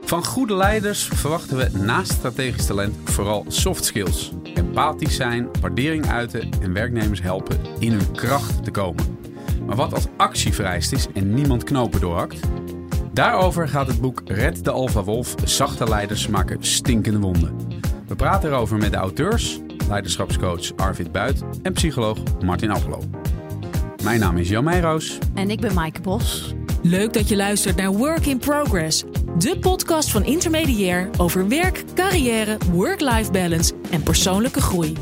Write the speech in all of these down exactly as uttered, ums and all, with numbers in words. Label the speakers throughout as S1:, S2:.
S1: Van goede leiders verwachten we naast strategisch talent vooral soft skills. Empathisch zijn, waardering uiten en werknemers helpen in hun kracht te komen. Maar wat als actie vereist is en niemand knopen doorhakt? Daarover gaat het boek Red de Alpha Wolf. Zachte leiders maken stinkende wonden. We praten erover met de auteurs, leiderschapscoach Arvid Buit en psycholoog Martin Appelo. Mijn naam is Jan Meijroos.
S2: En ik ben Maaike Bos.
S3: Leuk dat je luistert naar Work in Progress. De podcast van Intermediair over werk, carrière, work-life balance en persoonlijke groei.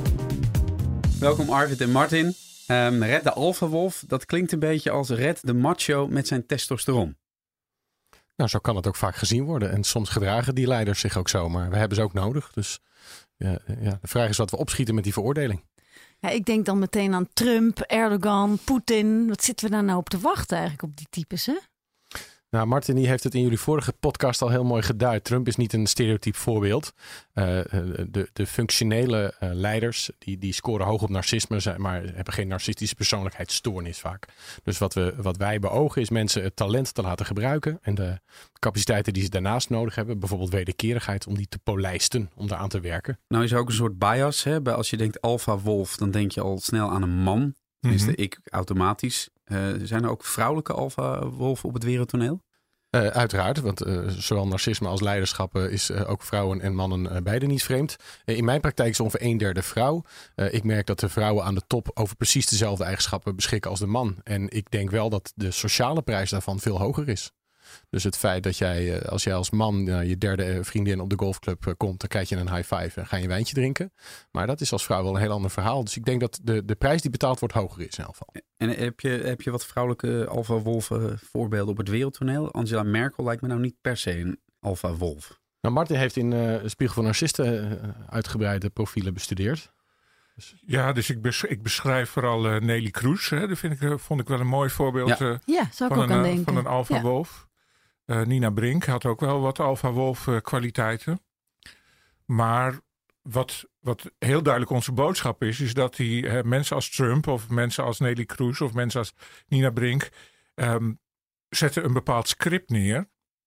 S1: Welkom Arvid en Martin. Um, Red de Alpha Wolf, dat klinkt een beetje als Red de macho met zijn testosteron.
S4: Nou, zo kan het ook vaak gezien worden. En soms gedragen die leiders zich ook zo, maar we hebben ze ook nodig. Dus ja, ja, de vraag is wat we opschieten met die veroordeling.
S2: Ja, ik denk dan meteen aan Trump, Erdogan, Poetin. Wat zitten we daar nou op te wachten eigenlijk op die types, hè?
S4: Nou, Martin die heeft het in jullie vorige podcast al heel mooi geduid. Trump is niet een stereotyp voorbeeld. Uh, de, de functionele uh, leiders die, die scoren hoog op narcisme, zijn, maar hebben geen narcistische persoonlijkheidsstoornis vaak. Dus wat, we, wat wij beogen is mensen het talent te laten gebruiken en de capaciteiten die ze daarnaast nodig hebben, bijvoorbeeld wederkerigheid, om die te polijsten, om daaraan te werken.
S1: Nou is er ook een soort bias. Hè? Als je denkt alpha wolf, dan denk je al snel aan een man. Tenminste, mm-hmm. ik automatisch. Uh, zijn er ook vrouwelijke alpha wolven op het wereldtoneel?
S4: Uh, uiteraard, want uh, zowel narcisme als leiderschap uh, is uh, ook vrouwen en mannen uh, beide niet vreemd. Uh, in mijn praktijk is ongeveer een derde vrouw. Uh, ik merk dat de vrouwen aan de top over precies dezelfde eigenschappen beschikken als de man. En ik denk wel dat de sociale prijs daarvan veel hoger is. Dus het feit dat jij, als jij als man uh, je derde vriendin op de golfclub uh, komt, dan krijg je een high five en ga je een wijntje drinken. Maar dat is als vrouw wel een heel ander verhaal. Dus ik denk dat de, de prijs die betaald wordt hoger is in elk geval.
S1: En heb je, heb je wat vrouwelijke alpha wolven voorbeelden op het wereldtoneel? Angela Merkel lijkt me nou niet per se een alpha wolf.
S4: Nou, Martin heeft in uh, Spiegel van Narcisten uh, uitgebreide profielen bestudeerd.
S5: Dus... Ja, dus ik, bes- ik beschrijf vooral uh, Nelly Kroes. Hè. Dat vind ik, uh, vond ik wel een mooi voorbeeld
S2: ja.
S5: Uh,
S2: ja, zou ik
S5: van,
S2: ook
S5: een,
S2: aan
S5: uh,
S2: denken.
S5: van een alpha wolf. Ja. Uh, Nina Brink had ook wel wat alpha wolf uh, kwaliteiten. Maar wat, wat heel duidelijk onze boodschap is, is dat die uh, mensen als Trump of mensen als Nelly Kroes of mensen als Nina Brink um, zetten een bepaald script neer.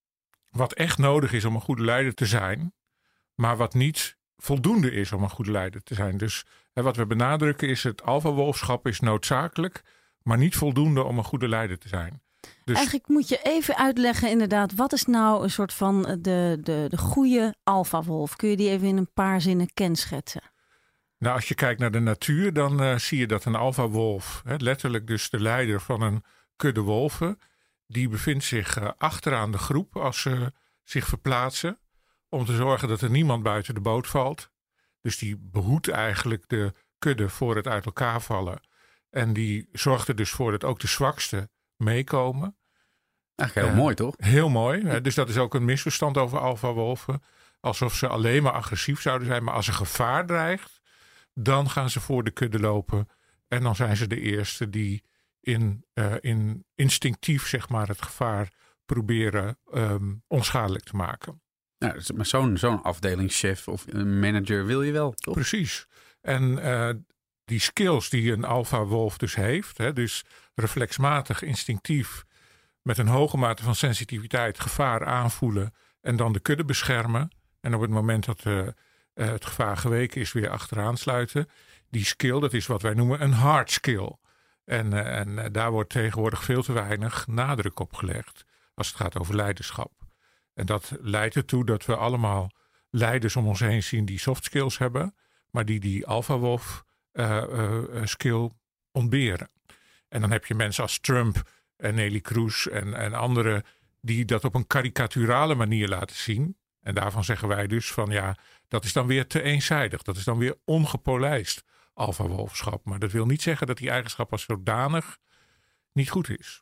S5: Wat echt nodig is om een goede leider te zijn, maar wat niet voldoende is om een goede leider te zijn. Dus uh, wat we benadrukken is het alpha wolfschap is noodzakelijk, maar niet voldoende om een goede leider te zijn.
S2: Dus... Eigenlijk moet je even uitleggen inderdaad, wat is nou een soort van de, de, de goede alpha-wolf? Kun je die even in een paar zinnen kenschetsen?
S5: Nou, als je kijkt naar de natuur, dan uh, zie je dat een alpha-wolf, hè, letterlijk dus de leider van een kudde wolven, die bevindt zich uh, achteraan de groep als ze zich verplaatsen, om te zorgen dat er niemand buiten de boot valt. Dus die behoedt eigenlijk de kudde voor het uit elkaar vallen. En die zorgt er dus voor dat ook de zwakste meekomen.
S1: Eigenlijk heel uh, mooi, toch?
S5: Heel mooi. Uh, dus dat is ook een misverstand over alpha-wolven. Alsof ze alleen maar agressief zouden zijn. Maar als er gevaar dreigt, dan gaan ze voor de kudde lopen. En dan zijn ze de eerste die in, uh, in instinctief zeg maar, het gevaar proberen um, onschadelijk te maken.
S1: Ja, maar zo'n, zo'n afdelingschef of een manager wil je wel, toch?
S5: Precies. En uh, die skills die een alpha-wolf dus heeft, hè, dus reflexmatig, instinctief, met een hoge mate van sensitiviteit gevaar aanvoelen en dan de kudde beschermen. En op het moment dat uh, uh, het gevaar geweken is, weer achteraan sluiten. Die skill, dat is wat wij noemen een hard skill. En, uh, en uh, daar wordt tegenwoordig veel te weinig nadruk op gelegd als het gaat over leiderschap. En dat leidt ertoe dat we allemaal leiders om ons heen zien die soft skills hebben, maar die die alpha-wolf uh, uh, skill ontberen. En dan heb je mensen als Trump en Nelly Kroes en, en anderen die dat op een karikaturale manier laten zien. En daarvan zeggen wij dus van ja, dat is dan weer te eenzijdig. Dat is dan weer ongepolijst alpha-wolfschap. Maar dat wil niet zeggen dat die eigenschap als zodanig niet goed is.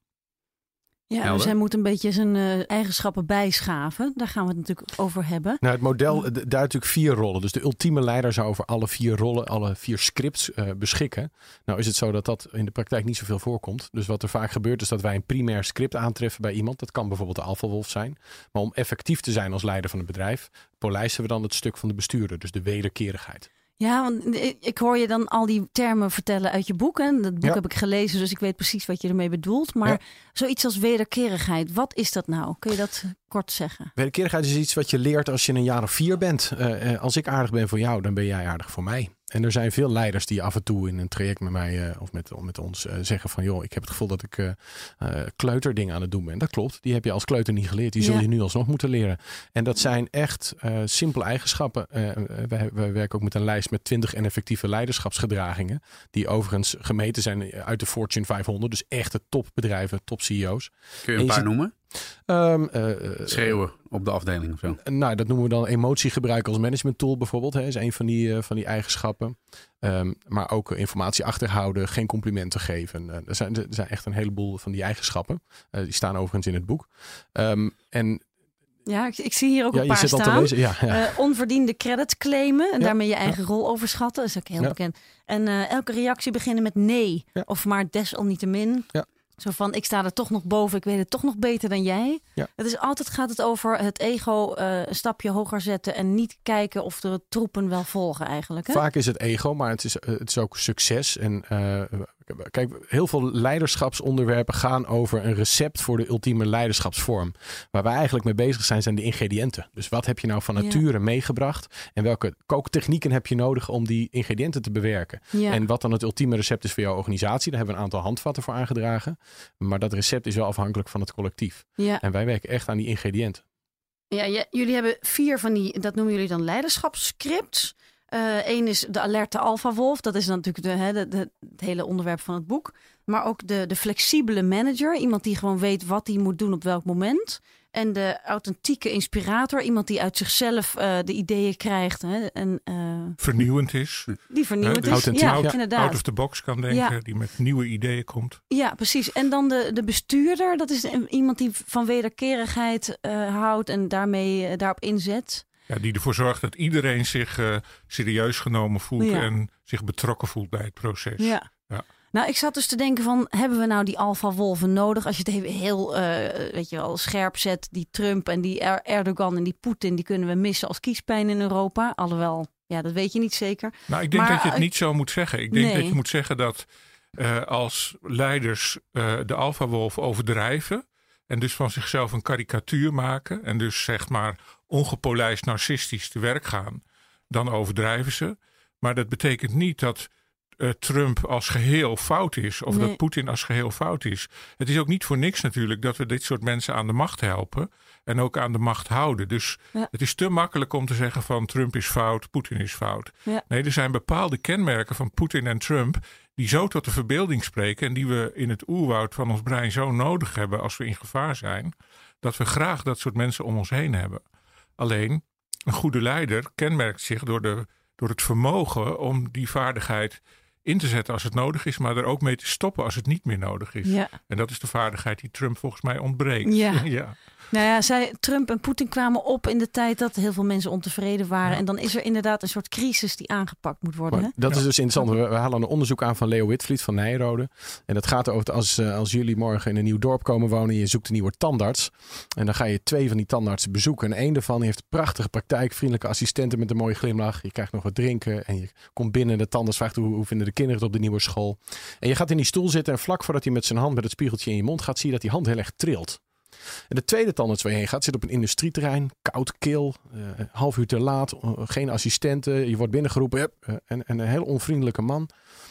S2: Ja,
S1: Helder.
S2: Dus hij moet een beetje zijn uh, eigenschappen bijschaven. Daar gaan we het natuurlijk over hebben.
S4: Nou, het model duidt natuurlijk vier rollen. Dus de ultieme leider zou over alle vier rollen, alle vier scripts uh, beschikken. Nou is het zo dat dat in de praktijk niet zoveel voorkomt. Dus wat er vaak gebeurt is dat wij een primair script aantreffen bij iemand. Dat kan bijvoorbeeld de alpha-wolf zijn. Maar om effectief te zijn als leider van het bedrijf, polijsten we dan het stuk van de bestuurder. Dus de wederkerigheid.
S2: Ja, want ik hoor je dan al die termen vertellen uit je boek. Hè? Dat boek
S4: Ja.
S2: heb ik gelezen, dus ik weet precies wat je ermee bedoelt. Maar
S4: Ja.
S2: zoiets als wederkerigheid, wat is dat nou? Kun je dat kort zeggen?
S4: Wederkerigheid is iets wat je leert als je een jaar of vier bent. Uh, als ik aardig ben voor jou, dan ben jij aardig voor mij. En er zijn veel leiders die af en toe in een traject met mij uh, of met, met ons uh, zeggen van... joh, ik heb het gevoel dat ik uh, uh, kleuterdingen aan het doen ben. Dat klopt, die heb je als kleuter niet geleerd. Die zul
S2: Ja.
S4: je nu alsnog moeten leren. En dat zijn echt uh, simpele eigenschappen. Uh, wij, wij werken ook met een lijst met twintig en effectieve leiderschapsgedragingen. Die overigens gemeten zijn uit de Fortune vijfhonderd. Dus echte topbedrijven, top C E O's.
S1: Kun je een paar noemen?
S4: Um, uh,
S1: Schreeuwen op de afdeling of zo.
S4: Nou, dat noemen we dan emotiegebruik als management tool bijvoorbeeld. Hè, is een van die, uh, van die eigenschappen. Um, maar ook uh, informatie achterhouden, geen complimenten geven. Uh, er, zijn, er zijn echt een heleboel van die eigenschappen. Uh, die staan overigens in het boek. Um, en
S2: Ja, ik, ik zie hier ook
S4: ja,
S2: een paar
S4: je zit al
S2: staan.
S4: te lezen. Ja, ja.
S2: Uh, onverdiende credits claimen en
S4: Ja,
S2: daarmee je eigen
S4: ja.
S2: rol overschatten. Dat is ook heel
S4: Ja.
S2: bekend. En uh, elke reactie beginnen met nee.
S4: Ja.
S2: Of maar desalniettemin.
S4: Ja.
S2: Zo van, ik sta er toch nog boven, ik weet het toch nog beter dan jij.
S4: Ja.
S2: Het is altijd gaat het over het ego uh, een stapje hoger zetten en niet kijken of de troepen wel volgen eigenlijk. Hè?
S4: Vaak is het ego, maar het is, het is ook succes. En uh, kijk, heel veel leiderschapsonderwerpen gaan over een recept voor de ultieme leiderschapsvorm. Waar wij eigenlijk mee bezig zijn, zijn de ingrediënten. Dus wat heb je nou van nature ja. meegebracht? En welke kooktechnieken heb je nodig om die ingrediënten te bewerken?
S2: Ja.
S4: En wat dan het ultieme recept is voor jouw organisatie, daar hebben we een aantal handvatten voor aangedragen. Maar dat recept is wel afhankelijk van het collectief.
S2: Ja.
S4: En wij werken echt aan die ingrediënten.
S2: Ja, ja, jullie hebben vier van die, dat noemen jullie dan leiderschapsscripts. Eén uh, is de alerte alpha-wolf. Dat is dan natuurlijk de, hè, de, de, het hele onderwerp van het boek. Maar ook de, de flexibele manager. Iemand die gewoon weet wat hij moet doen op welk moment. En de authentieke inspirator. Iemand die uit zichzelf uh, de ideeën krijgt. Hè, en, uh,
S5: vernieuwend is.
S2: Die vernieuwend
S5: uh,
S2: is. Ja,
S5: out,
S2: inderdaad.
S5: Out of the box kan denken. Ja. Die met nieuwe ideeën komt.
S2: Ja, precies. En dan de, de bestuurder. Dat is iemand die van wederkerigheid uh, houdt. En daarmee uh, daarop inzet.
S5: Ja, die ervoor zorgt dat iedereen zich uh, serieus genomen voelt ja. en zich betrokken voelt bij het proces.
S2: Ja.
S5: Ja.
S2: Nou, ik zat dus te denken van, hebben we nou die alpha-wolven nodig? Als je het even heel, uh, weet je wel, scherp zet, die Trump en die er- Erdogan en die Poetin, die kunnen we missen als kiespijn in Europa. Alhoewel, ja, dat weet je niet zeker.
S5: Nou, ik denk
S2: maar,
S5: dat je het niet zo moet zeggen. Ik denk
S2: nee.
S5: dat je moet zeggen dat uh, als leiders uh, de alpha-wolf overdrijven en dus van zichzelf een karikatuur maken en dus zeg maar ongepolijst narcistisch te werk gaan, dan overdrijven ze. Maar dat betekent niet dat uh, Trump als geheel fout is of
S2: nee.
S5: dat Poetin als geheel fout is. Het is ook niet voor niks natuurlijk dat we dit soort mensen aan de macht helpen en ook aan de macht houden. Dus ja. het is te makkelijk om te zeggen van Trump is fout, Poetin is fout.
S2: Ja.
S5: Nee, er zijn bepaalde kenmerken van Poetin en Trump die zo tot de verbeelding spreken en die we in het oerwoud van ons brein zo nodig hebben als we in gevaar zijn, dat we graag dat soort mensen om ons heen hebben. Alleen, een goede leider kenmerkt zich door, de, door het vermogen om die vaardigheid in te zetten als het nodig is, maar er ook mee te stoppen als het niet meer nodig is.
S2: Ja.
S5: En dat is de vaardigheid die Trump volgens mij ontbreekt.
S2: Ja.
S5: ja.
S2: Nou ja, zij, Trump en Poetin kwamen op in de tijd dat heel veel mensen ontevreden waren. Ja. En dan is er inderdaad een soort crisis die aangepakt moet worden.
S4: Maar
S2: Hè?
S4: dat
S5: ja.
S4: is dus interessant. We, we halen een onderzoek aan van Leo Witvliet van Nijrode. En dat gaat over als, als jullie morgen in een nieuw dorp komen wonen en je zoekt een nieuwe tandarts. En dan ga je twee van die tandartsen bezoeken. En één daarvan heeft een prachtige praktijk, vriendelijke assistenten met een mooie glimlach. Je krijgt nog wat drinken en je komt binnen. De tandarts vraagt hoe, hoe vinden de kinderen het op de nieuwe school. En je gaat in die stoel zitten en vlak voordat hij met zijn hand met het spiegeltje in je mond gaat, zie je dat die hand heel erg trilt. En de tweede tandarts waar je heen gaat zit op een industrieterrein. Koud, kil, uh, half uur te laat, uh, geen assistenten. Je wordt binnengeroepen yep, uh, en, en een heel onvriendelijke man.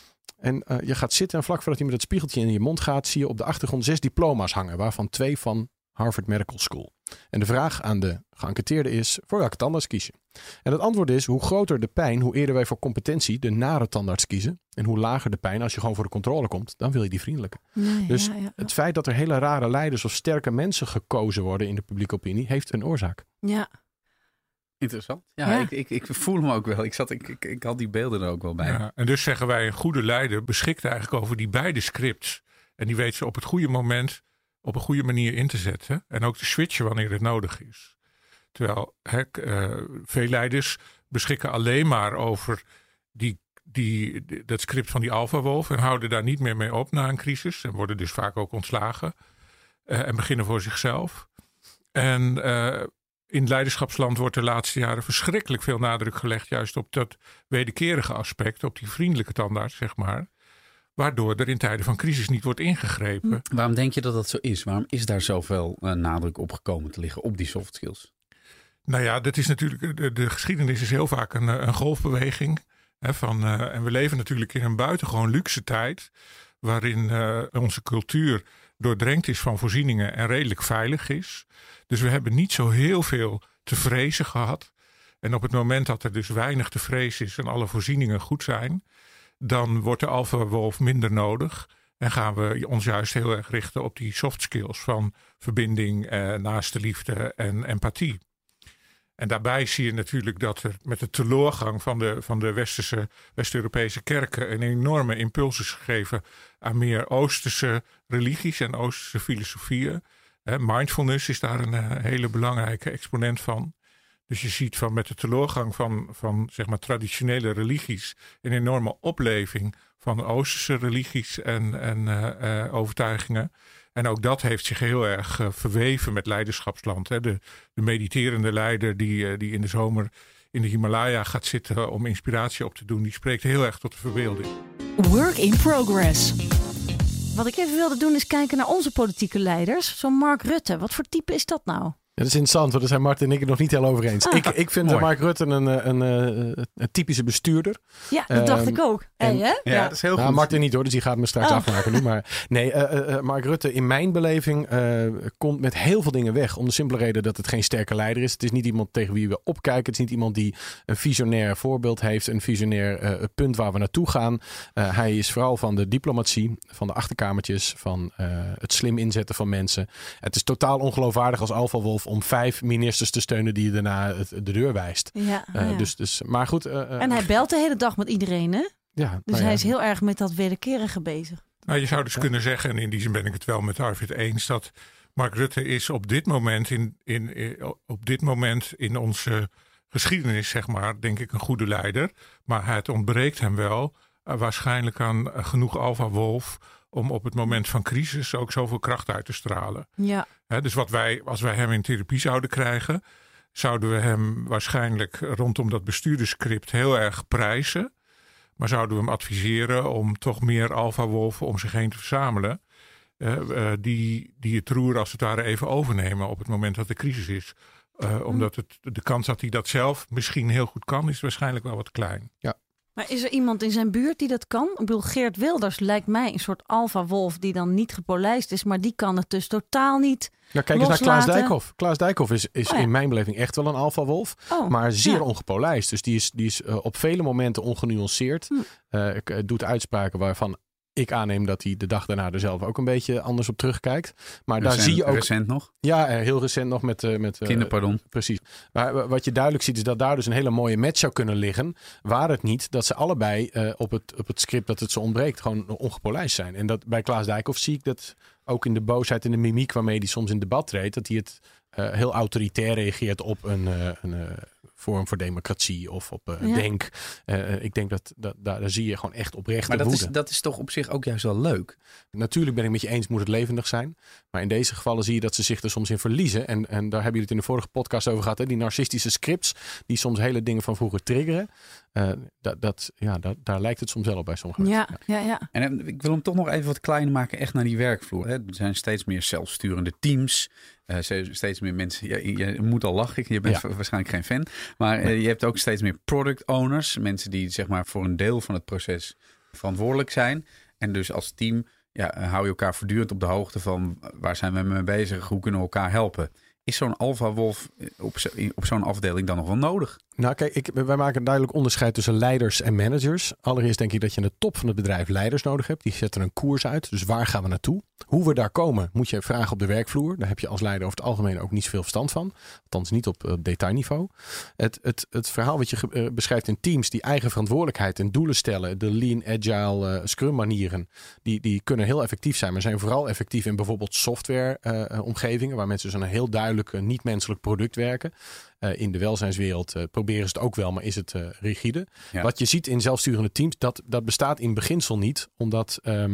S4: En uh, je gaat zitten en vlak voordat hij met het spiegeltje in je mond gaat, zie je op de achtergrond zes diploma's hangen, waarvan twee van Harvard Medical School. En de vraag aan de geënquêteerde is, voor welke tandarts kies je? En het antwoord is, hoe groter de pijn, hoe eerder wij voor competentie de nare tandarts kiezen. En hoe lager de pijn, als je gewoon voor de controle komt, dan wil je die vriendelijke.
S2: Nee,
S4: dus
S2: ja, ja, ja.
S4: het feit dat er hele rare leiders of sterke mensen gekozen worden in de publieke opinie, heeft een oorzaak.
S2: Ja.
S1: Interessant. Ja,
S2: Ja.
S1: Ik, ik, ik voel hem ook wel. Ik, zat, ik, ik, ik had die beelden er ook wel bij.
S5: Ja, en dus zeggen wij, een goede leider beschikt eigenlijk over die beide scripts. En die weet ze op het goede moment op een goede manier in te zetten. En ook te switchen wanneer het nodig is. Terwijl he, uh, veel leiders beschikken alleen maar over die, die, dat script van die alpha-wolf. En houden daar niet meer mee op na een crisis. En worden dus vaak ook ontslagen. Uh, en beginnen voor zichzelf. En uh, in leiderschapsland wordt de laatste jaren verschrikkelijk veel nadruk gelegd juist op dat wederkerige aspect, op die vriendelijke tandarts, zeg maar. Waardoor er in tijden van crisis niet wordt ingegrepen.
S1: Waarom denk je dat dat zo is? Waarom is daar zoveel uh, nadruk op gekomen te liggen op die soft skills?
S5: Nou ja, dat is natuurlijk, de, de geschiedenis is heel vaak een, een golfbeweging. Hè, van, uh, en we leven natuurlijk in een buitengewoon luxe tijd, waarin uh, onze cultuur doordrenkt is van voorzieningen en redelijk veilig is. Dus we hebben niet zo heel veel te vrezen gehad. En op het moment dat er dus weinig te vrezen is en alle voorzieningen goed zijn, dan wordt de alpha-wolf minder nodig. En gaan we ons juist heel erg richten op die soft skills van verbinding, eh, naaste liefde en empathie. En daarbij zie je natuurlijk dat er met de teleurgang van de, van de westerse, West-Europese kerken een enorme impuls is gegeven aan meer Oosterse religies en Oosterse filosofieën. He, mindfulness is daar een uh, hele belangrijke exponent van. Dus je ziet van met de teleurgang van, van zeg maar traditionele religies een enorme opleving van Oosterse religies en, en uh, uh, overtuigingen. En ook dat heeft zich heel erg uh, verweven met leiderschapsland. Hè. De, de mediterende leider die, uh, die in de zomer in de Himalaya gaat zitten om inspiratie op te doen, die spreekt heel erg tot de verbeelding.
S3: Work in progress.
S2: Wat ik even wilde doen is kijken naar onze politieke leiders. Zo'n Mark Rutte, wat voor type is dat nou?
S4: Ja, dat is interessant, want daar zijn Martin en ik het nog niet heel over eens.
S2: Ah,
S4: ik, ik vind
S1: mooi.
S4: Mark Rutte een, een, een, een typische bestuurder.
S2: Ja, dat dacht
S4: Um,
S2: ik ook.
S4: en-
S2: Hey, hè?
S1: Ja, dat is heel
S4: Nou,
S1: goed.
S4: Martin niet hoor, dus die gaat me straks
S2: Oh.
S4: afmaken nu. Maar nee, uh, uh, Mark Rutte in mijn beleving uh, komt met heel veel dingen weg. Om de simpele reden dat het geen sterke leider is. Het is niet iemand tegen wie we opkijken. Het is niet iemand die een visionair voorbeeld heeft. Een visionair uh, punt waar we naartoe gaan. Uh, hij is vooral van de diplomatie, van de achterkamertjes, van uh, het slim inzetten van mensen. Het is totaal ongeloofwaardig als Alpha Wolf om vijf ministers te steunen die je daarna het, de deur wijst.
S2: Ja,
S4: Uh,
S2: ja.
S4: dus, dus, maar goed. Uh, uh,
S2: En hij belt de hele dag met iedereen, hè?
S4: ja,
S2: Dus
S4: nou ja.
S2: hij is heel erg met dat wederkerige bezig.
S5: Nou, je zou dus kunnen zeggen, en in die zin ben ik het wel met Arvid eens, dat Mark Rutte is op dit moment in, in, in, op dit moment in onze geschiedenis, zeg maar, denk ik een goede leider. Maar het ontbreekt hem wel uh, waarschijnlijk aan uh, genoeg alpha-wolf om op het moment van crisis ook zoveel kracht uit te stralen.
S2: Ja,
S5: He, dus wat wij, als wij hem in therapie zouden krijgen, zouden we hem waarschijnlijk rondom dat bestuurderscript heel erg prijzen. Maar zouden we hem adviseren om toch meer alpha-wolven om zich heen te verzamelen. Uh, uh, die, die het roer als het ware even overnemen op het moment dat de crisis is. Uh, omdat het, de kans dat hij dat zelf misschien heel goed kan, is waarschijnlijk wel wat klein.
S2: maar is er iemand in zijn buurt die dat kan? Ik bedoel, Geert Wilders lijkt mij een soort alpha-wolf die dan niet gepolijst is, maar die kan het dus totaal niet.
S4: Ja, kijk eens naar Klaas
S2: loslaten.
S4: Dijkhoff. Klaas Dijkhoff is, is
S2: Oh ja.
S4: in mijn beleving echt wel een alpha-wolf.
S2: Oh,
S4: Maar zeer
S2: ja.
S4: ongepolijst. Dus die is, die is uh, op vele momenten ongenuanceerd.
S2: Hm.
S4: Uh, k- doet uitspraken waarvan ik aanneem dat hij de dag daarna er zelf ook een beetje anders op terugkijkt. Maar daar
S1: Recent-
S4: zie je ook...
S1: Recent nog.
S4: Ja, uh, heel recent nog met... Uh, met uh,
S1: Kinderpardon.
S4: Precies. Maar uh, wat je duidelijk ziet is dat daar dus een hele mooie match zou kunnen liggen. Waar het niet dat ze allebei uh, op, het, op het script dat het ze ontbreekt gewoon ongepolijst zijn. En dat bij Klaas Dijkhoff zie ik dat ook in de boosheid en de mimiek waarmee hij soms in debat treedt. Dat hij het uh, heel autoritair reageert op een, uh, een uh, vorm voor democratie of op uh,
S2: Ja.
S4: denk. Uh, ik denk dat, dat daar, daar zie je gewoon echt oprechte
S1: Maar dat
S4: woede.
S1: is, dat is toch op zich ook juist wel leuk.
S4: Natuurlijk ben ik met je eens, moet het levendig zijn. Maar in deze gevallen zie je dat ze zich er soms in verliezen. En, en daar hebben jullie het in de vorige podcast over gehad. Hè? Die narcistische scripts die soms hele dingen van vroeger triggeren. Uh, dat, dat, ja, dat, daar lijkt het soms wel op bij sommige
S2: Ja,
S4: mensen.
S2: ja, ja.
S1: En eh, ik wil hem toch nog even wat kleiner maken, echt naar die werkvloer. Hè. Er zijn steeds meer zelfsturende teams. Uh, steeds meer mensen. Je, je moet al lachen. Je bent
S4: Ja.
S1: wa- waarschijnlijk geen fan. Maar uh,
S4: Nee.
S1: je hebt ook steeds meer product owners. Mensen die zeg maar voor een deel van het proces verantwoordelijk zijn. En dus als team ja, uh, hou je elkaar voortdurend op de hoogte van waar zijn we mee bezig? Hoe kunnen we elkaar helpen? Is zo'n alpha-wolf op, zo, op zo'n afdeling dan nog wel nodig?
S4: Nou kijk, ik, wij maken een duidelijk onderscheid tussen leiders en managers. Allereerst denk ik dat je aan de top van het bedrijf leiders nodig hebt. Die zetten een koers uit. Dus waar gaan we naartoe? Hoe we daar komen moet je vragen op de werkvloer. Daar heb je als leider over het algemeen ook niet zoveel verstand van. Althans niet op uh, detailniveau. Het, het, het verhaal wat je uh, beschrijft in teams die eigen verantwoordelijkheid en doelen stellen. De lean, agile, uh, scrum manieren. Die, die kunnen heel effectief zijn. Maar zijn vooral effectief in bijvoorbeeld software uh, omgevingen. Waar mensen dus aan een heel duidelijk uh, niet-menselijk product werken. Uh, in de welzijnswereld uh, proberen ze het ook wel, maar is het uh, rigide.
S1: Ja.
S4: Wat je ziet in zelfsturende teams, dat, dat bestaat in beginsel niet. Omdat um,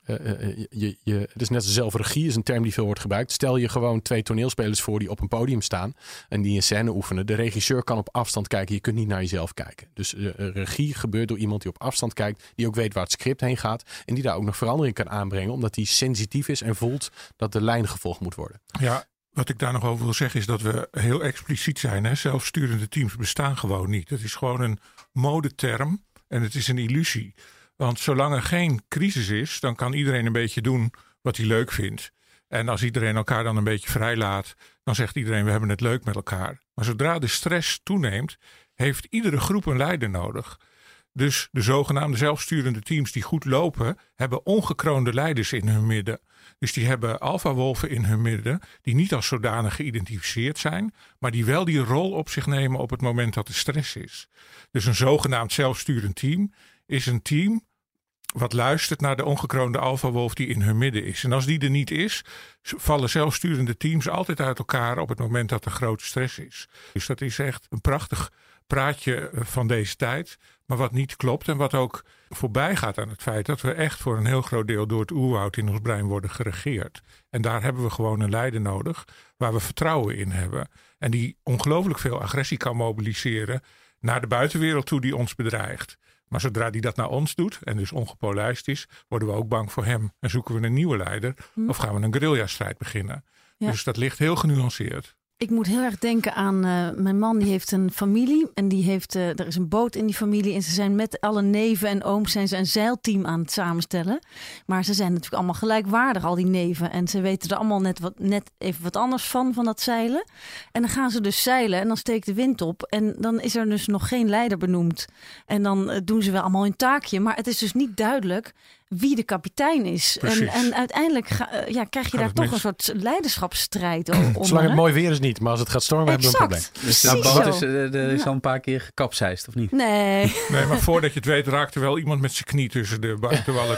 S4: Uh, uh, je, je, het is net als zelfregie, is een term die veel wordt gebruikt. Stel je gewoon twee toneelspelers voor die op een podium staan en die een scène oefenen. De regisseur kan op afstand kijken. Je kunt niet naar jezelf kijken. Dus uh, regie gebeurt door iemand die op afstand kijkt, die ook weet waar het script heen gaat en die daar ook nog verandering kan aanbrengen, omdat hij sensitief is en voelt dat de lijn gevolgd moet worden.
S5: Ja, wat ik daar nog over wil zeggen is dat we heel expliciet zijn. Hè? Zelfsturende teams bestaan gewoon niet. Het is gewoon een modeterm en het is een illusie. Want zolang er geen crisis is, dan kan iedereen een beetje doen wat hij leuk vindt. En als iedereen elkaar dan een beetje vrijlaat, dan zegt iedereen we hebben het leuk met elkaar. Maar zodra de stress toeneemt, heeft iedere groep een leider nodig. Dus de zogenaamde zelfsturende teams die goed lopen, hebben ongekroonde leiders in hun midden. Dus die hebben alfawolven in hun midden, die niet als zodanig geïdentificeerd zijn, maar die wel die rol op zich nemen op het moment dat er stress is. Dus een zogenaamd zelfsturend team is een team wat luistert naar de ongekroonde alfawolf die in hun midden is. En als die er niet is, vallen zelfsturende teams altijd uit elkaar op het moment dat er grote stress is. Dus dat is echt een prachtig praatje van deze tijd, maar wat niet klopt en wat ook voorbij gaat aan het feit dat we echt voor een heel groot deel door het oerwoud in ons brein worden geregeerd. En daar hebben we gewoon een leider nodig waar we vertrouwen in hebben. En die ongelooflijk veel agressie kan mobiliseren naar de buitenwereld toe die ons bedreigt. Maar zodra die dat naar ons doet en dus ongepolijst is, worden we ook bang voor hem. En zoeken we een nieuwe leider hm. of gaan we een guerrilla-strijd beginnen. Ja. Dus dat ligt heel genuanceerd.
S2: Ik moet heel erg denken aan uh, mijn man, die heeft een familie en die heeft, uh, er is een boot in die familie en ze zijn met alle neven en ooms zijn ze een zeilteam aan het samenstellen. Maar ze zijn natuurlijk allemaal gelijkwaardig, al die neven, en ze weten er allemaal net, wat, net even wat anders van, van dat zeilen. En dan gaan ze dus zeilen en dan steekt de wind op en dan is er dus nog geen leider benoemd. En dan uh, doen ze wel allemaal hun taakje, maar het is dus niet duidelijk wie de kapitein is. En, en uiteindelijk ga, ja, krijg je daar toch mis. een soort leiderschapsstrijd onder.
S4: Zolang het mooi weer is niet, maar als het gaat stormen hebben we een probleem.
S1: Dus de boot is, er is ja. al een paar keer gekapseist, of niet?
S2: Nee.
S5: Nee, maar voordat je het weet raakt er wel iemand met zijn knie tussen de buitenwallen.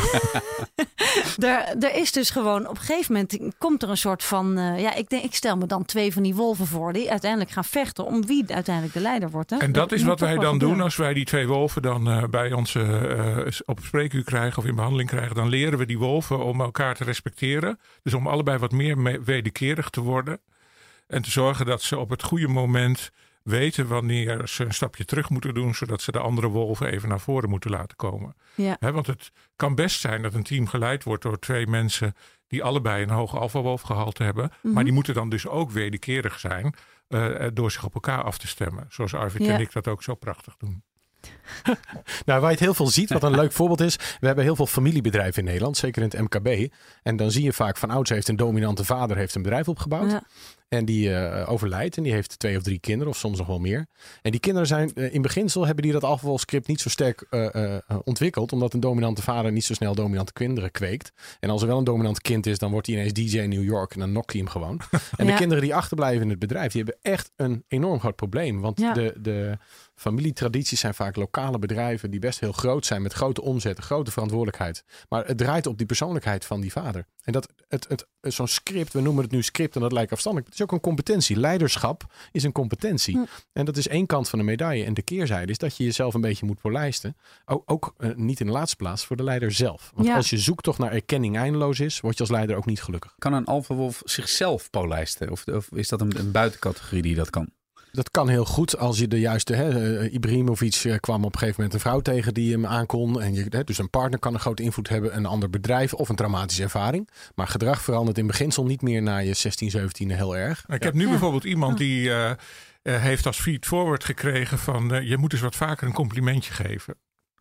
S2: er, er is dus gewoon, op een gegeven moment komt er een soort van, uh, ja, ik denk, ik stel me dan twee van die wolven voor die uiteindelijk gaan vechten om wie uiteindelijk de leider wordt. Hè?
S5: En dat, dat is wat wij dan doen als wij die twee wolven dan uh, bij ons uh, op spreekuur krijgen of in behandeling krijgen, dan leren we die wolven om elkaar te respecteren. Dus om allebei wat meer wederkerig te worden. En te zorgen dat ze op het goede moment weten wanneer ze een stapje terug moeten doen, zodat ze de andere wolven even naar voren moeten laten komen. Ja. He, want het kan best zijn dat een team geleid wordt door twee mensen die allebei een hoog alfawolfgehalte hebben. Mm-hmm. Maar die moeten dan dus ook wederkerig zijn uh, door zich op elkaar af te stemmen. Zoals Arvid ja. en ik dat ook zo prachtig doen.
S4: Nou, waar je het heel veel ziet, wat een leuk voorbeeld is. We hebben heel veel familiebedrijven in Nederland, zeker in het M K B. En dan zie je vaak van ouds heeft een dominante vader heeft een bedrijf opgebouwd. Ja. En die uh, overlijdt en die heeft twee of drie kinderen of soms nog wel meer. En die kinderen zijn, uh, in beginsel hebben die dat alfawolfscript niet zo sterk uh, uh, ontwikkeld. Omdat een dominante vader niet zo snel dominante kinderen kweekt. En als er wel een dominant kind is, dan wordt hij ineens D J in New York en dan nokt hij hem gewoon. En ja. de kinderen die achterblijven in het bedrijf, die hebben echt een enorm groot probleem. Want ja. de, de familietradities zijn vaak lokale bedrijven die best heel groot zijn met grote omzetten, grote verantwoordelijkheid. Maar het draait op die persoonlijkheid van die vader. En dat het, het, het, zo'n script, we noemen het nu script en dat lijkt afstandelijk. Het is ook een competentie. Leiderschap is een competentie. Hm. En dat is één kant van de medaille. En de keerzijde is dat je jezelf een beetje moet polijsten. Ook, ook uh, niet in de laatste plaats voor de leider zelf. Want ja. als je zoektocht naar erkenning eindeloos is, word je als leider ook niet gelukkig.
S1: Kan een alfawolf zichzelf polijsten? Of, of is dat een, een buitencategorie die dat kan?
S4: Dat kan heel goed als je de juiste... Hè, Ibrahimovic kwam op een gegeven moment een vrouw tegen die hem aankon. En je, hè, dus een partner kan een grote invloed hebben. Een ander bedrijf of een traumatische ervaring. Maar gedrag verandert in beginsel niet meer na je zestien, zeventien heel erg.
S5: Ik ja. heb nu ja. bijvoorbeeld iemand die uh, uh, heeft als feed forward gekregen van... Uh, je moet eens wat vaker een complimentje geven.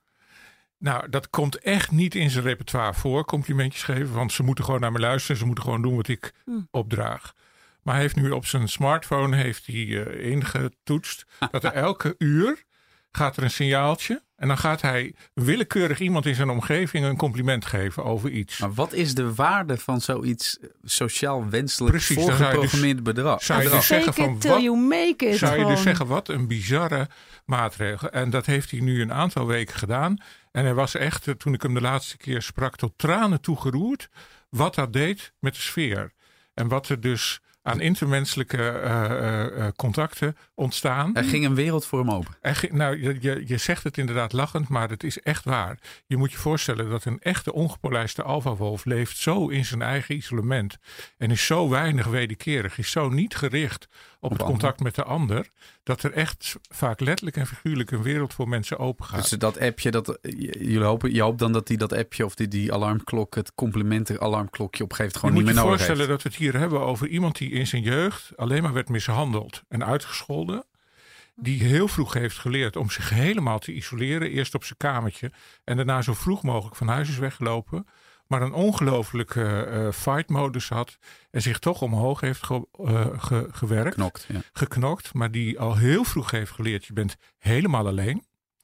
S5: Nou, dat komt echt niet in zijn repertoire voor, complimentjes geven. Want ze moeten gewoon naar me luisteren. Ze moeten gewoon doen wat ik hm. opdraag. Maar hij heeft nu op zijn smartphone heeft hij, uh, ingetoetst dat er elke uur gaat er een signaaltje. En dan gaat hij willekeurig iemand in zijn omgeving een compliment geven over iets.
S1: Maar wat is de waarde van zoiets sociaal wenselijk Precies, voorgeprogrammeerd dus, bedrag?
S5: Zou je, dus zeggen, van,
S2: wat, you make it,
S5: zou je dus zeggen, wat een bizarre maatregel. En dat heeft hij nu een aantal weken gedaan. En hij was echt, toen ik hem de laatste keer sprak, tot tranen toe geroerd. Wat dat deed met de sfeer. En wat er dus aan intermenselijke uh, uh, contacten ontstaan.
S1: Er ging een wereld voor hem open.
S5: Er ging, nou, je, je zegt het inderdaad lachend, maar het is echt waar. Je moet je voorstellen dat een echte ongepolijste alfawolf leeft zo in zijn eigen isolement. En is zo weinig wederkerig, is zo niet gericht op het contact met de ander, dat er echt vaak letterlijk en figuurlijk een wereld voor mensen open gaat.
S1: Dus dat appje, dat, jullie hopen, je hoopt dan dat die dat appje of die, die alarmklok, het complimenten alarmklokje op een gegeven moment gewoon niet meer nodig heeft.
S5: Je moet je voorstellen dat we het hier hebben over iemand die in zijn jeugd alleen maar werd mishandeld en uitgescholden. Die heel vroeg heeft geleerd om zich helemaal te isoleren. Eerst op zijn kamertje en daarna zo vroeg mogelijk van huis is weggelopen. Maar een ongelooflijke uh, fight-modus had. En zich toch omhoog heeft ge, uh, ge, gewerkt.
S1: Geknokt, ja.
S5: Geknokt. Maar die al heel vroeg heeft geleerd. Je bent helemaal alleen.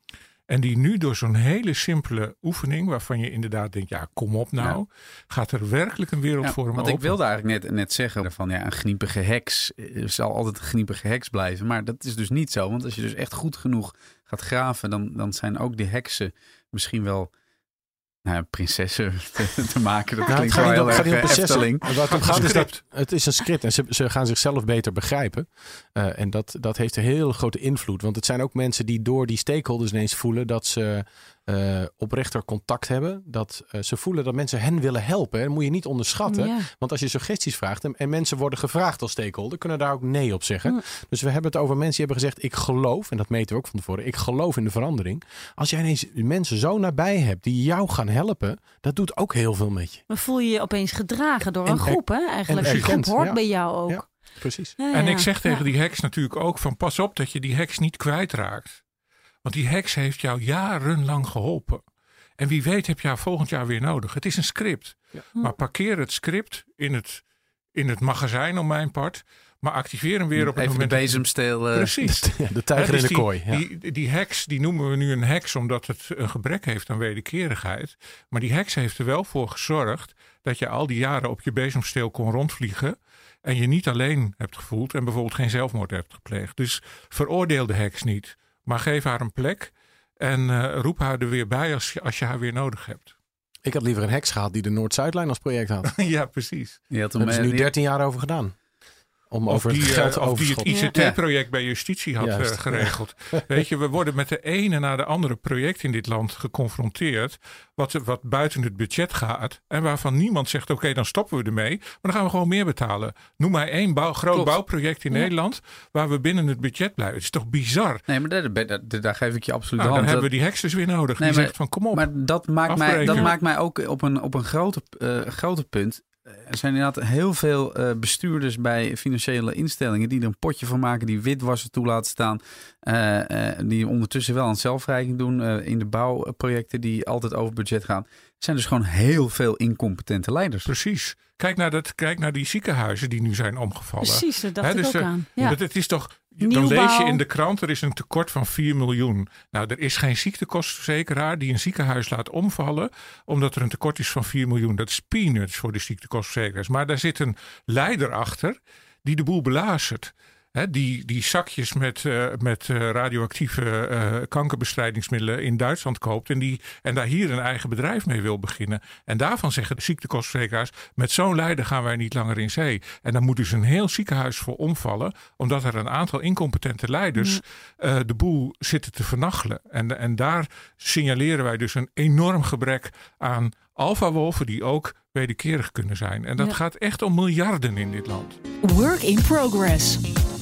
S5: En die nu door zo'n hele simpele oefening. Waarvan je inderdaad denkt. Ja, kom op nou. Ja. Gaat er werkelijk een wereld ja, voor hem
S1: want
S5: open.
S1: Ik wilde eigenlijk net, net zeggen. Van ja, een gniepige heks zal altijd een gniepige heks blijven. Maar dat is dus niet zo. Want als je dus echt goed genoeg gaat graven. Dan, dan zijn ook die heksen misschien wel... Nou, prinsessen te, te maken, dat nou, klinkt wel heel erg Efteling.
S4: Wat het gaat is dat het is een script en ze, ze gaan zichzelf beter begrijpen. Uh, en dat, dat heeft een hele grote invloed. Want het zijn ook mensen die door die stakeholders ineens voelen dat ze uh, oprechter contact hebben. Dat uh, ze voelen dat mensen hen willen helpen. Dat moet je niet onderschatten. Ja. Want als je suggesties vraagt en, en mensen worden gevraagd als stakeholder, kunnen daar ook nee op zeggen. Ja. Dus we hebben het over mensen die hebben gezegd, ik geloof, en dat meten we ook van tevoren, ik geloof in de verandering. Als jij ineens mensen zo nabij hebt die jou gaan helpen, dat doet ook heel veel met je.
S2: Dan voel je je opeens gedragen door een en, groep, hè? Eigenlijk. En, en, die groep hoort ja. bij jou ook.
S4: Ja, precies.
S2: Ja, ja,
S5: en ik zeg tegen
S2: ja.
S5: die heks natuurlijk ook van pas op dat je die heks niet kwijtraakt. Want die heks heeft jou jarenlang geholpen. En wie weet heb je haar volgend jaar weer nodig. Het is een script. Ja. Maar parkeer het script in het, in het magazijn om mijn part. Maar activeer hem weer op het
S1: Even
S5: moment...
S1: de bezemsteel. Uh...
S5: Precies.
S4: Ja, de tijger dus in de
S5: die,
S4: kooi. Ja.
S5: Die, die, die heks, die noemen we nu een heks omdat het een gebrek heeft aan wederkerigheid. Maar die heks heeft er wel voor gezorgd dat je al die jaren op je bezemsteel kon rondvliegen. En je niet alleen hebt gevoeld en bijvoorbeeld geen zelfmoord hebt gepleegd. Dus veroordeel de heks niet. Maar geef haar een plek en uh, roep haar er weer bij als je, als je haar weer nodig hebt.
S4: Ik had liever een heks gehad die de Noord-Zuidlijn als project had.
S5: Ja, precies.
S1: Je had
S4: hem, Daar hebben ze nu dertien jaar over gedaan. Om
S5: of
S4: over
S5: die,
S4: het geld
S5: uh, of die het I C T-project ja. bij justitie had uh, geregeld. Ja. Weet je, we worden met de ene na de andere project in dit land geconfronteerd. Wat, wat buiten het budget gaat. En waarvan niemand zegt, oké, okay, dan stoppen we ermee. Maar dan gaan we gewoon meer betalen. Noem maar één bouw, groot Klopt. bouwproject in ja. Nederland. Waar we binnen het budget blijven. Het is toch bizar?
S1: Nee, maar daar, daar, daar geef ik je absoluut
S5: nou,
S1: de hand.
S5: Dan hebben we die heks dus weer nodig. Nee, die maar, zegt van, kom op.
S1: Maar dat maakt, mij, dat maakt mij ook op een, op een grote, uh, grote punt. Er zijn inderdaad heel veel uh, bestuurders bij financiële instellingen die er een potje van maken, die witwassen toe laten staan. Uh, uh, die ondertussen wel aan zelfrijking doen uh, in de bouwprojecten die altijd over budget gaan. Er zijn dus gewoon heel veel incompetente leiders.
S5: Precies. Kijk naar, dat, kijk naar die ziekenhuizen die nu zijn omgevallen.
S2: Precies, dat dacht
S5: He, dus,
S2: ik ook
S5: uh,
S2: aan. Ja.
S5: Dat, het is toch...
S2: Nieuwbouw.
S5: Dan lees je in de krant, er is een tekort van vier miljoen. Nou, er is geen ziektekostverzekeraar die een ziekenhuis laat omvallen, omdat er een tekort is van vier miljoen. Dat is peanuts voor de ziektekostverzekeraars. Maar daar zit een leider achter die de boel belazert. He, die, die zakjes met, uh, met uh, radioactieve uh, kankerbestrijdingsmiddelen in Duitsland koopt. En, die, en daar hier een eigen bedrijf mee wil beginnen. En daarvan zeggen de ziektekostverzekeraars, met zo'n leider gaan wij niet langer in zee. En dan moet dus een heel ziekenhuis voor omvallen. Omdat er een aantal incompetente leiders uh, de boel zitten te vernachelen. En, en daar signaleren wij dus een enorm gebrek aan alfawolven die ook wederkerig kunnen zijn. En dat ja. gaat echt om miljarden in dit land.
S3: Work in progress.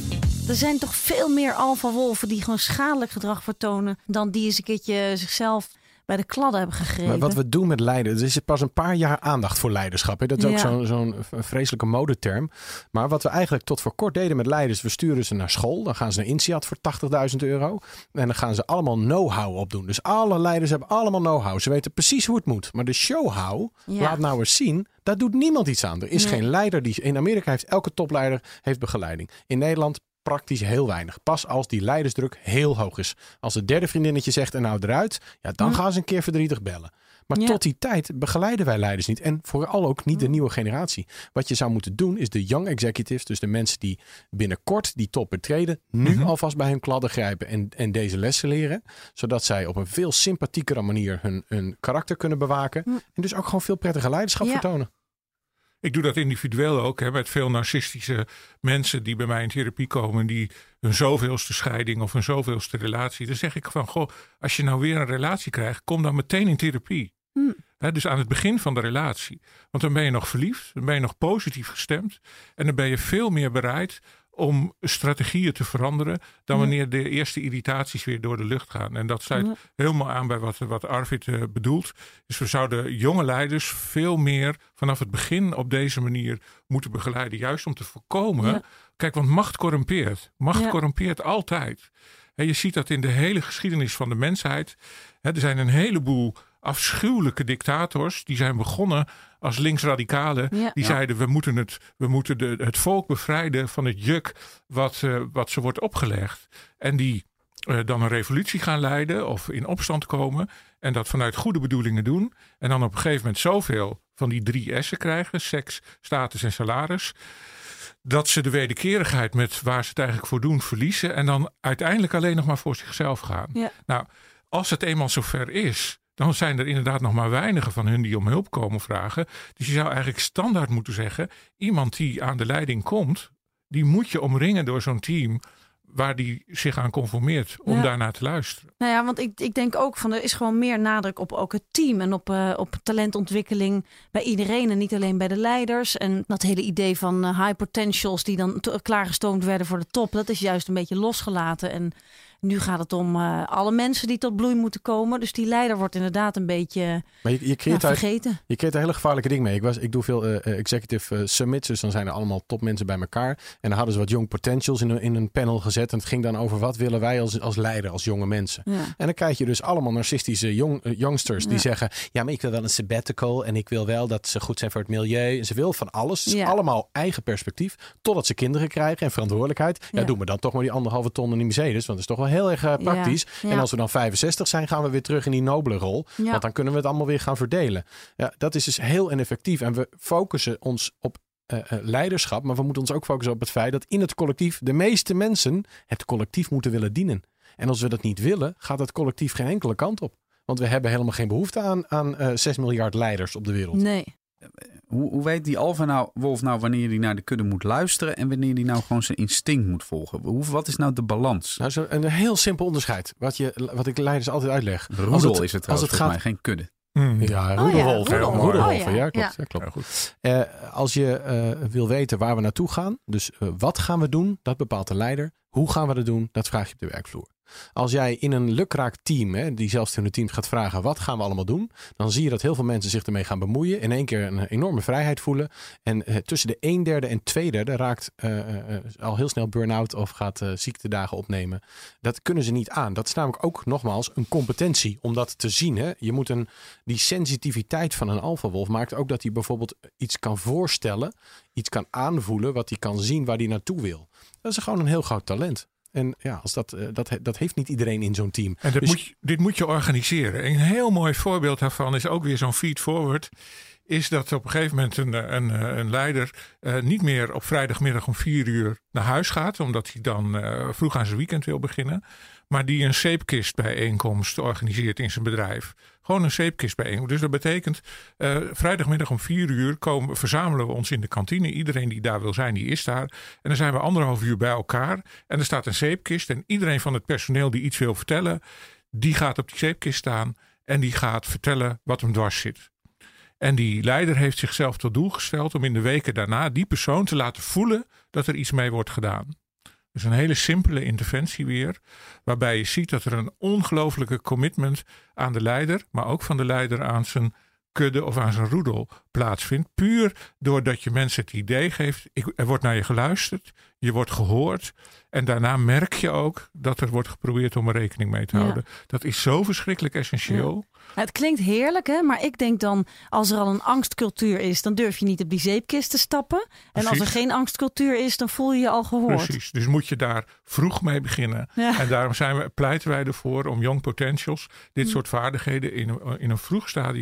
S2: Er zijn toch veel meer alfawolven die gewoon schadelijk gedrag vertonen dan die eens een keertje zichzelf bij de kladden hebben gegrepen.
S4: Maar wat we doen met leiden, er is pas een paar jaar aandacht voor leiderschap. Hè? Dat is ook ja. zo'n, zo'n vreselijke modeterm. Maar wat we eigenlijk tot voor kort deden met leiders, we sturen ze naar school. Dan gaan ze naar INSEAD voor tachtigduizend euro. En dan gaan ze allemaal know-how opdoen. Dus alle leiders hebben allemaal know-how. Ze weten precies hoe het moet. Maar de show-how, ja. laat nou eens zien, daar doet niemand iets aan. Er is nee. geen leider die... In Amerika heeft elke topleider heeft begeleiding. In Nederland praktisch heel weinig. Pas als die leidersdruk heel hoog is. Als het derde vriendinnetje zegt en nou eruit, ja, dan hm. gaan ze een keer verdrietig bellen. Maar ja. tot die tijd begeleiden wij leiders niet. En vooral ook niet de nieuwe generatie. Wat je zou moeten doen is de young executives, dus de mensen die binnenkort die top betreden, nu mm-hmm. alvast bij hun kladden grijpen en, en deze lessen leren. Zodat zij op een veel sympathiekere manier hun, hun karakter kunnen bewaken. Mm. En dus ook gewoon veel prettige leiderschap ja. vertonen.
S5: Ik doe dat individueel ook, hè, met veel narcistische mensen die bij mij in therapie komen, die hun zoveelste scheiding of hun zoveelste relatie. Dan zeg ik van, goh, als je nou weer een relatie krijgt, kom dan meteen in therapie. Hmm. He, dus aan het begin van de relatie. Want dan ben je nog verliefd, dan ben je nog positief gestemd en dan ben je veel meer bereid om strategieën te veranderen dan wanneer de eerste irritaties weer door de lucht gaan. En dat sluit ja. helemaal aan bij wat, wat Arvid uh, bedoelt. Dus we zouden jonge leiders veel meer vanaf het begin op deze manier moeten begeleiden. Juist om te voorkomen. Ja. Kijk, want macht corrumpeert. Macht ja. corrumpeert altijd. En je ziet dat in de hele geschiedenis van de mensheid. Hè, er zijn een heleboel afschuwelijke dictators. Die zijn begonnen als linksradicalen. Ja. Die ja. zeiden we moeten, het, we moeten de, het volk bevrijden van het juk wat, uh, wat ze wordt opgelegd. En die uh, dan een revolutie gaan leiden of in opstand komen. En dat vanuit goede bedoelingen doen. En dan op een gegeven moment zoveel van die drie S'en krijgen. Seks, status en salaris. Dat ze de wederkerigheid met waar ze het eigenlijk voor doen verliezen. En dan uiteindelijk alleen nog maar voor zichzelf gaan. Ja. Nou, als het eenmaal zover is, dan zijn er inderdaad nog maar weinigen van hun die om hulp komen vragen. Dus je zou eigenlijk standaard moeten zeggen, iemand die aan de leiding komt, die moet je omringen door zo'n team waar die zich aan conformeert om ja. daarnaar te luisteren.
S2: Nou ja, want ik, ik denk ook van er is gewoon meer nadruk op ook het team en op, uh, op talentontwikkeling bij iedereen en niet alleen bij de leiders. En dat hele idee van uh, high potentials die dan t- klaargestoomd werden voor de top, dat is juist een beetje losgelaten. En nu gaat het om uh, alle mensen die tot bloei moeten komen. Dus die leider wordt inderdaad een beetje
S4: maar je, je creëert
S2: ja, vergeten.
S4: Daar, je creëert een hele gevaarlijke ding mee. Ik, was, ik doe veel uh, executive uh, summits. Dus dan zijn er allemaal topmensen bij elkaar. En dan hadden ze wat young potentials in een, in een panel gezet. En het ging dan over wat willen wij als, als leider, als jonge mensen. Ja. En dan krijg je dus allemaal narcistische jong, uh, youngsters. Die ja. zeggen, ja maar ik wil wel een sabbatical. En ik wil wel dat ze goed zijn voor het milieu. En ze wil van alles. Ja. Allemaal eigen perspectief. Totdat ze kinderen krijgen en verantwoordelijkheid. Ja, ja doe me dan toch maar die anderhalve ton in die Mercedes. Want dat is toch wel heel erg uh, praktisch. Ja, ja. En als we dan vijfenzestig zijn, gaan we weer terug in die nobele rol. Ja. Want dan kunnen we het allemaal weer gaan verdelen. Ja, dat is dus heel ineffectief. En we focussen ons op uh, uh, leiderschap. Maar we moeten ons ook focussen op het feit dat in het collectief de meeste mensen het collectief moeten willen dienen. En als we dat niet willen, gaat het collectief geen enkele kant op. Want we hebben helemaal geen behoefte aan, aan uh, zes miljard leiders op de wereld.
S2: Nee.
S1: Hoe, hoe weet die alfa nou, wolf nou wanneer hij naar de kudde moet luisteren en wanneer hij nou gewoon zijn instinct moet volgen? Hoe, wat is nou de balans?
S4: Nou, zo een heel simpel onderscheid. Wat, je, wat ik leiders altijd uitleg.
S1: Roedel het, is het trouwens, volgens mij, geen kudde.
S4: Mm. Ja, roedelwolven.
S2: Oh, ja,
S4: roedel. roedelwolven,
S2: oh, ja.
S4: ja, klopt. Ja. Ja, klopt. Ja, goed. Uh, als je uh, wil weten waar we naartoe gaan, dus uh, wat gaan we doen, dat bepaalt de leider. Hoe gaan we dat doen, dat vraag je op de werkvloer. Als jij in een lukraak team, hè, die zelfsturende teams gaat vragen, wat gaan we allemaal doen? Dan zie je dat heel veel mensen zich ermee gaan bemoeien. In één keer een enorme vrijheid voelen. En uh, tussen de een derde en twee derde raakt uh, uh, al heel snel burn-out of gaat uh, ziektedagen opnemen. Dat kunnen ze niet aan. Dat is namelijk ook nogmaals een competentie om dat te zien. Hè. Je moet een, die sensitiviteit van een alfawolf maakt ook dat hij bijvoorbeeld iets kan voorstellen, iets kan aanvoelen, wat hij kan zien waar hij naartoe wil. Dat is gewoon een heel groot talent. En ja, als dat, dat, dat heeft niet iedereen in zo'n team.
S5: En dat
S4: dus...
S5: moet je, dit moet je organiseren. Een heel mooi voorbeeld daarvan is ook weer zo'n feed-forward. Is dat op een gegeven moment een, een, een leider uh, niet meer op vrijdagmiddag om vier uur naar huis gaat. Omdat hij dan uh, vroeg aan zijn weekend wil beginnen. Maar die een zeepkistbijeenkomst organiseert in zijn bedrijf. Gewoon een zeepkistbijeenkomst. Dus dat betekent uh, vrijdagmiddag om vier uur komen, verzamelen we ons in de kantine. Iedereen die daar wil zijn, die is daar. En dan zijn we anderhalf uur bij elkaar. En er staat een zeepkist. En iedereen van het personeel die iets wil vertellen, die gaat op die zeepkist staan. En die gaat vertellen wat hem dwars zit. En die leider heeft zichzelf tot doel gesteld om in de weken daarna die persoon te laten voelen dat er iets mee wordt gedaan. Dus een hele simpele interventie weer, waarbij je ziet dat er een ongelooflijke commitment aan de leider, maar ook van de leider aan zijn kudde of aan zijn roedel plaatsvindt. Puur doordat je mensen het idee geeft, ik, er wordt naar je geluisterd, je wordt gehoord. En daarna merk je ook dat er wordt geprobeerd om er rekening mee te houden. Ja. Dat is zo verschrikkelijk essentieel.
S2: Ja. Het klinkt heerlijk, hè? Maar ik denk dan, als er al een angstcultuur is, dan durf je niet op die zeepkist te stappen. En Precies. als er geen angstcultuur is, dan voel je je al gehoord.
S5: Precies, dus moet je daar vroeg mee beginnen. Ja. En daarom zijn we, pleiten wij ervoor om young potentials dit soort vaardigheden in, in een vroeg stadium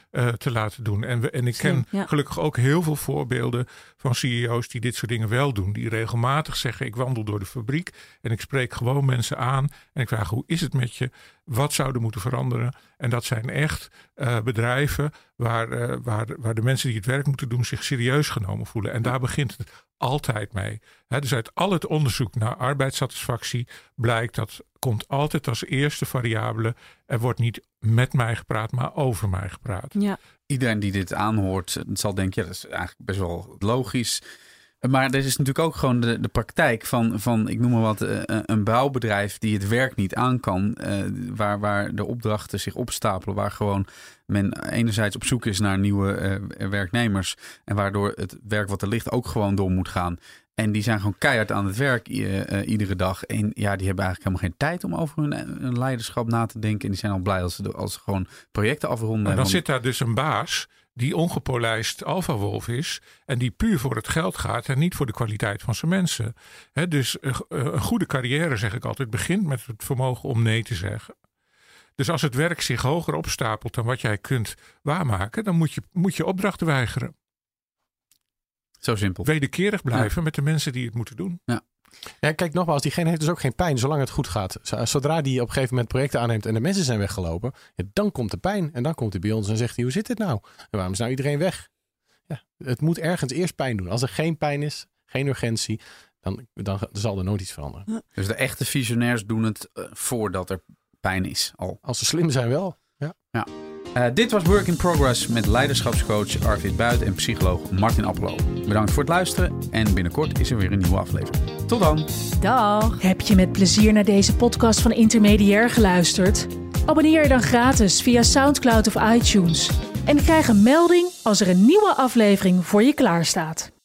S5: uh, te laten doen. En, we, en ik ken
S2: ja.
S5: gelukkig ook heel veel voorbeelden van C E O's die dit soort dingen wel doen. Die regelmatig zeggen, ik wandel door de fabriek en ik spreek gewoon mensen aan. En ik vraag, hoe is het met je? Wat zou er moeten veranderen? En dat zijn echt uh, bedrijven waar, uh, waar, waar de mensen die het werk moeten doen zich serieus genomen voelen. En daar begint het altijd mee. He, dus uit al het onderzoek naar arbeidssatisfactie blijkt dat komt altijd als eerste variabele. Er wordt niet met mij gepraat, maar over mij gepraat.
S2: Ja.
S1: Iedereen die dit aanhoort, zal denken, ja, dat is eigenlijk best wel logisch. Maar er is natuurlijk ook gewoon de, de praktijk van, van, ik noem maar wat, een bouwbedrijf die het werk niet aan kan. Uh, waar, waar de opdrachten zich opstapelen. Waar gewoon men enerzijds op zoek is naar nieuwe uh, werknemers. En waardoor het werk wat er ligt ook gewoon door moet gaan. En die zijn gewoon keihard aan het werk uh, uh, iedere dag. En ja, die hebben eigenlijk helemaal geen tijd om over hun, hun leiderschap na te denken. En die zijn al blij als ze, als ze gewoon projecten afronden.
S5: Maar dan
S1: want...
S5: zit daar dus een baas die ongepolijst alfawolf is en die puur voor het geld gaat en niet voor de kwaliteit van zijn mensen. He, dus uh, een goede carrière, zeg ik altijd, begint met het vermogen om nee te zeggen. Dus als het werk zich hoger opstapelt dan wat jij kunt waarmaken, dan moet je, moet je opdrachten weigeren.
S1: Zo simpel.
S5: Wederkerig blijven
S1: ja.
S5: met de mensen die het moeten doen.
S4: Ja. Ja, kijk nogmaals, diegene heeft dus ook geen pijn zolang het goed gaat. Zodra die op een gegeven moment projecten aanneemt en de mensen zijn weggelopen, ja, dan komt de pijn. En dan komt hij bij ons en zegt hij, hoe zit dit nou? En waarom is nou iedereen weg? Ja, het moet ergens eerst pijn doen. Als er geen pijn is, geen urgentie, dan, dan zal er nooit iets veranderen.
S1: Ja. Dus de echte visionairs doen het uh, voordat er pijn is al.
S4: Als ze slim zijn wel. Ja.
S1: ja. Uh, dit was Work in Progress met leiderschapscoach Arvid Buit en psycholoog Martin Appelo. Bedankt voor het luisteren en binnenkort is er weer een nieuwe aflevering. Tot dan.
S2: Dag.
S3: Heb je met plezier naar deze podcast van Intermediair geluisterd? Abonneer je dan gratis via SoundCloud of iTunes. En krijg een melding als er een nieuwe aflevering voor je klaarstaat.